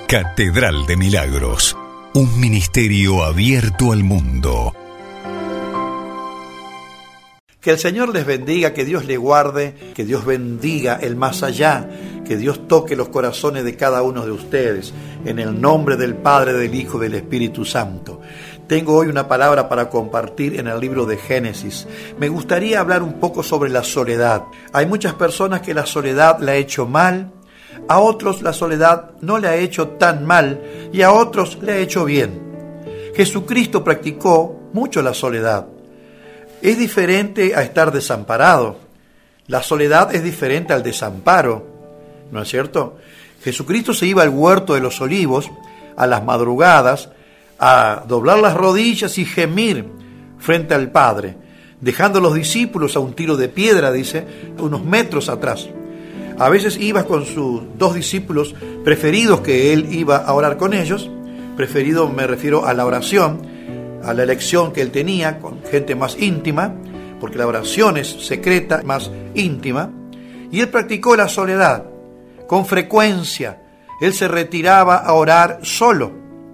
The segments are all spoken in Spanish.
Catedral de Milagros, un ministerio abierto al mundo. Que el Señor les bendiga, que Dios les guarde, que Dios bendiga el más allá, que Dios toque los corazones de cada uno de ustedes, en el nombre del Padre, del Hijo y del Espíritu Santo. Tengo hoy una palabra para compartir en el libro de Génesis. Me gustaría hablar un poco sobre la soledad. Hay muchas personas que la soledad la ha hecho mal, a otros la soledad no le ha hecho tan mal y a otros le ha hecho bien. Jesucristo practicó mucho la soledad. Es diferente a estar desamparado. La soledad es diferente al desamparo, ¿no es cierto? Jesucristo se iba al huerto de los olivos a las madrugadas a doblar las rodillas y gemir frente al Padre, dejando a los discípulos a un tiro de piedra, dice, unos metros atrás. A veces iba con sus dos discípulos preferidos, que él iba a orar con ellos. Preferido me refiero a la oración, a la elección que él tenía con gente más íntima, porque la oración es secreta, más íntima. Y él practicó la soledad con frecuencia. Él se retiraba a orar solo.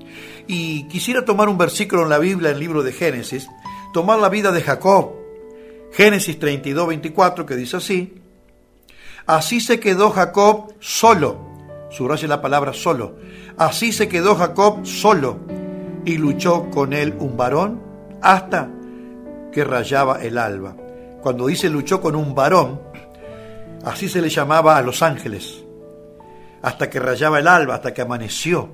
Y quisiera tomar un versículo en la Biblia, en el libro de Génesis, tomar la vida de Jacob. Génesis 32, 24, que dice así: así se quedó Jacob solo, subraye la palabra solo, así se quedó Jacob solo, y luchó con él un varón hasta que rayaba el alba. Cuando dice luchó con un varón, así se le llamaba a los ángeles, hasta que rayaba el alba, hasta que amaneció.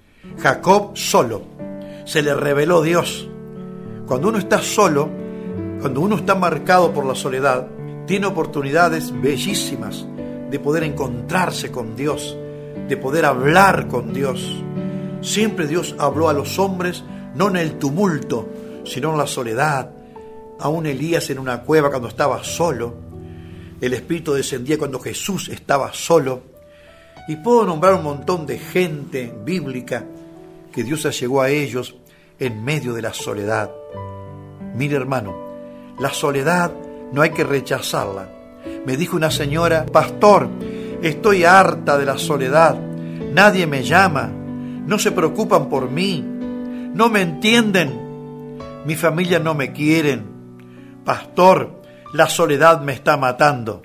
Jacob solo, se le reveló Dios. Cuando uno está solo, cuando uno está marcado por la soledad, tiene oportunidades bellísimas de poder encontrarse con Dios, de poder hablar con Dios. Siempre Dios habló a los hombres, no en el tumulto, sino en la soledad. Aún Elías en una cueva cuando estaba solo. El Espíritu descendía cuando Jesús estaba solo. Y puedo nombrar un montón de gente bíblica que Dios allegó a ellos en medio de la soledad. Mire, hermano, la soledad no hay que rechazarla. Me dijo una señora: pastor, estoy harta de la soledad. Nadie me llama. No se preocupan por mí. No me entienden. Mi familia no me quieren. Pastor, la soledad me está matando.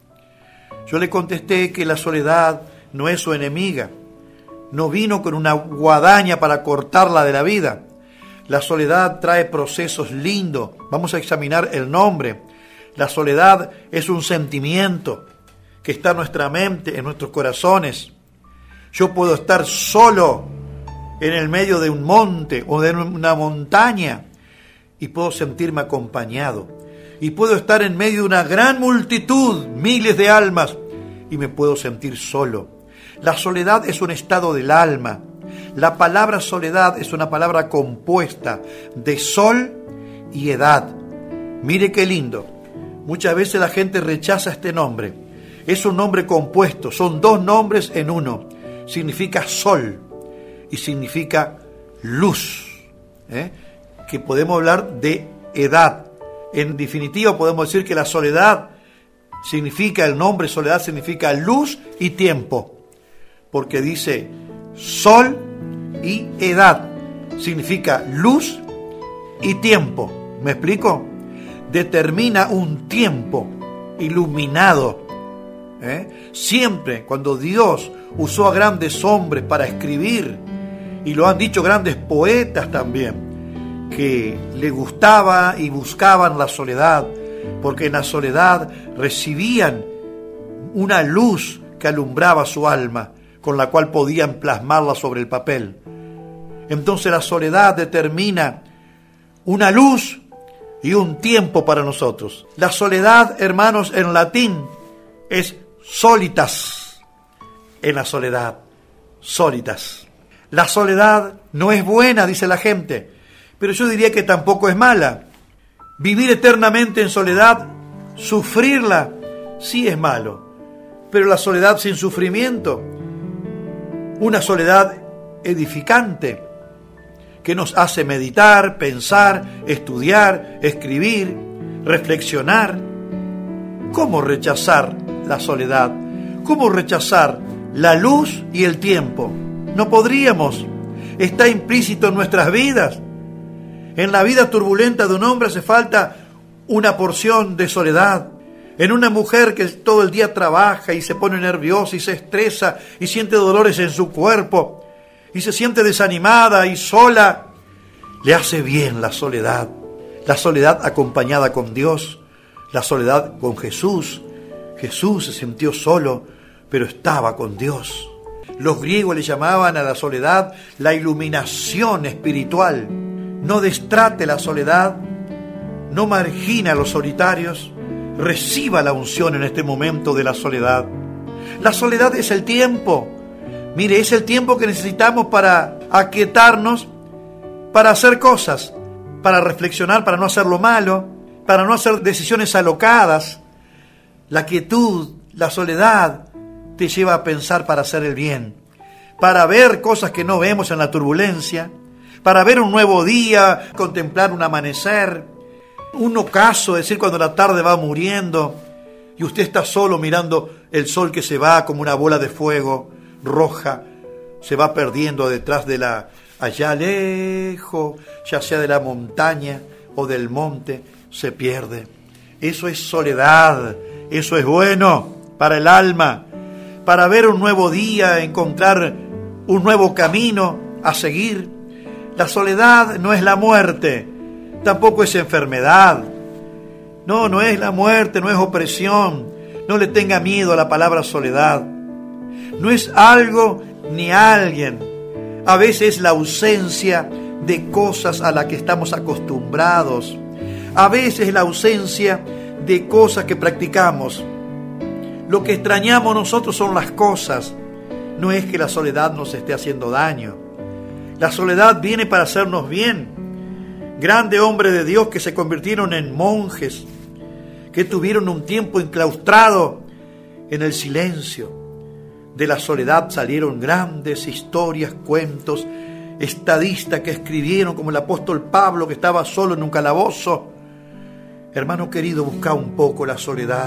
Yo le contesté que la soledad no es su enemiga. No vino con una guadaña para cortarla de la vida. La soledad trae procesos lindos. Vamos a examinar el nombre. La soledad es un sentimiento que está en nuestra mente, en nuestros corazones. Yo puedo estar solo en el medio de un monte o de una montaña y puedo sentirme acompañado. Y puedo estar en medio de una gran multitud, miles de almas, y me puedo sentir solo. La soledad es un estado del alma. La palabra soledad es una palabra compuesta de sol y edad. Mire qué lindo. Muchas veces la gente rechaza este nombre. Es un nombre compuesto, son dos nombres en uno. Significa sol y significa luz. Que podemos hablar de edad. En definitiva podemos decir que la soledad significa, el nombre soledad significa luz y tiempo. Porque dice sol y edad. Significa luz y tiempo. ¿Me explico? Determina un tiempo iluminado. Siempre cuando Dios usó a grandes hombres para escribir, y lo han dicho grandes poetas también, que le gustaba y buscaban la soledad, porque en la soledad recibían una luz que alumbraba su alma, con la cual podían plasmarla sobre el papel. Entonces la soledad determina una luz y un tiempo para nosotros. La soledad, hermanos, en latín es solitas. En la soledad, solitas. La soledad no es buena, dice la gente, pero yo diría que tampoco es mala. Vivir eternamente en soledad, sufrirla, sí es malo, pero la soledad sin sufrimiento, una soledad edificante, que nos hace meditar, pensar, estudiar, escribir, reflexionar. ¿Cómo rechazar la soledad? ¿Cómo rechazar la luz y el tiempo? No podríamos. Está implícito en nuestras vidas. En la vida turbulenta de un hombre hace falta una porción de soledad. En una mujer que todo el día trabaja y se pone nerviosa y se estresa y siente dolores en su cuerpo y se siente desanimada y sola, le hace bien la soledad acompañada con Dios, la soledad con Jesús. Jesús se sintió solo, pero estaba con Dios. Los griegos le llamaban a la soledad la iluminación espiritual. No destrate la soledad, no margina a los solitarios, reciba la unción en este momento de la soledad. La soledad es el tiempo. Mire, es el tiempo que necesitamos para aquietarnos, para hacer cosas, para reflexionar, para no hacer lo malo, para no hacer decisiones alocadas. La quietud, la soledad, te lleva a pensar para hacer el bien, para ver cosas que no vemos en la turbulencia, para ver un nuevo día, contemplar un amanecer, un ocaso, es decir, cuando la tarde va muriendo y usted está solo mirando el sol que se va como una bola de fuego roja, se va perdiendo detrás de allá lejos, ya sea de la montaña o del monte, se pierde. Eso es soledad, eso es bueno para el alma, para ver un nuevo día, encontrar un nuevo camino a seguir. La soledad no es la muerte, tampoco es enfermedad. No es la muerte, no es opresión. No le tenga miedo a la palabra soledad. No es algo ni alguien. A veces es la ausencia de cosas a las que estamos acostumbrados. A veces es la ausencia de cosas que practicamos. Lo que extrañamos nosotros son las cosas. No es que la soledad nos esté haciendo daño. La soledad viene para hacernos bien. Grandes hombres de Dios que se convirtieron en monjes, que tuvieron un tiempo enclaustrado en el silencio. De la soledad salieron grandes historias, cuentos, estadistas que escribieron, como el apóstol Pablo, que estaba solo en un calabozo. Hermano querido, busca un poco la soledad.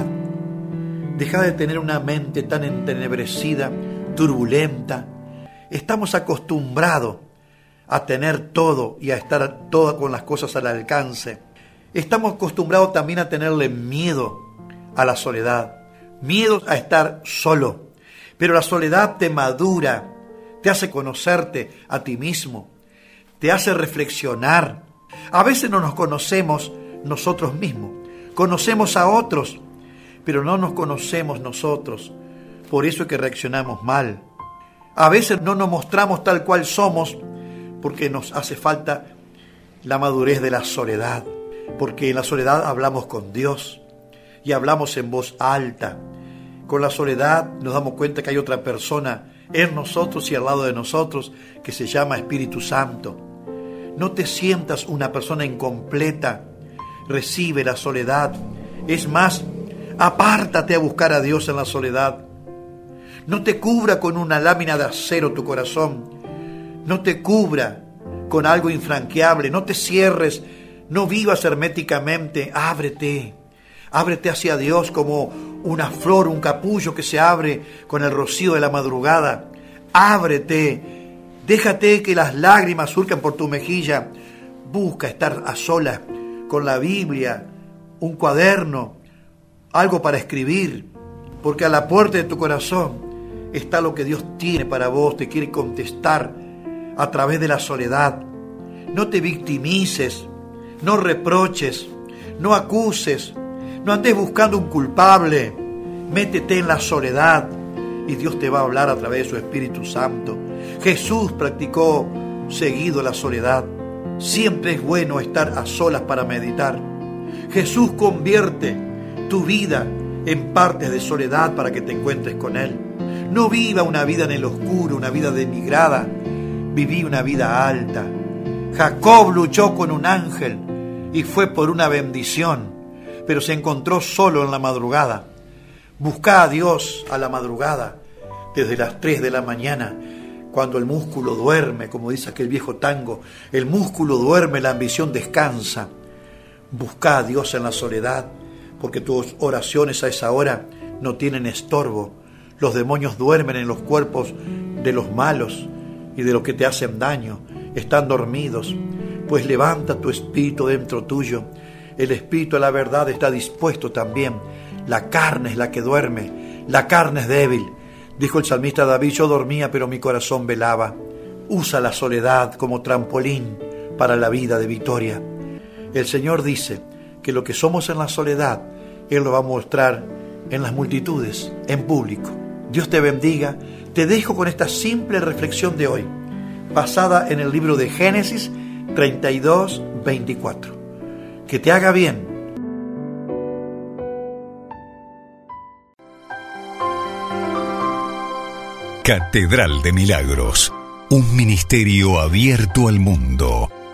Deja de tener una mente tan entenebrecida, turbulenta. Estamos acostumbrados a tener todo y a estar todo con las cosas al alcance. Estamos acostumbrados también a tenerle miedo a la soledad, miedo a estar solo. Pero la soledad te madura, te hace conocerte a ti mismo, te hace reflexionar. A veces no nos conocemos nosotros mismos, conocemos a otros, pero no nos conocemos nosotros. Por eso es que reaccionamos mal. A veces no nos mostramos tal cual somos, porque nos hace falta la madurez de la soledad, porque en la soledad hablamos con Dios y hablamos en voz alta. Con la soledad nos damos cuenta que hay otra persona en nosotros y al lado de nosotros que se llama Espíritu Santo. No te sientas una persona incompleta, recibe la soledad. Es más, apártate a buscar a Dios en la soledad. No te cubra con una lámina de acero tu corazón. No te cubra con algo infranqueable, no te cierres, no vivas herméticamente, ábrete hacia Dios como una flor, un capullo que se abre con el rocío de la madrugada. Ábrete, déjate que las lágrimas surcan por tu mejilla, busca estar a solas con la Biblia, un cuaderno, algo para escribir, porque a la puerta de tu corazón está lo que Dios tiene para vos, te quiere contestar a través de la soledad. No te victimices, no reproches, no acuses, no andes buscando un culpable. Métete en la soledad y Dios te va a hablar a través de su Espíritu Santo. Jesús practicó seguido la soledad. Siempre es bueno estar a solas para meditar. Jesús convierte tu vida en partes de soledad para que te encuentres con Él. No viva una vida en el oscuro, una vida denigrada. Viví una vida alta. Jacob luchó con un ángel y fue por una bendición, pero se encontró solo en la madrugada. Busca a Dios a la madrugada, desde las 3 de la mañana, cuando el músculo duerme, como dice aquel viejo tango, el músculo duerme, la ambición descansa. Busca a Dios en la soledad, porque tus oraciones a esa hora no tienen estorbo. Los demonios duermen en los cuerpos de los malos. y de los que te hacen daño están dormidos, pues levanta tu espíritu dentro tuyo. El espíritu a la verdad está dispuesto también. La carne es la que duerme, la carne es débil. Dijo el salmista David: yo dormía, pero mi corazón velaba. Usa la soledad como trampolín para la vida de victoria. El Señor dice que lo que somos en la soledad, Él lo va a mostrar en las multitudes, en público. Dios te bendiga. Te dejo con esta simple reflexión de hoy, basada en el libro de Génesis 32:24. Que te haga bien. Catedral de Milagros, un ministerio abierto al mundo.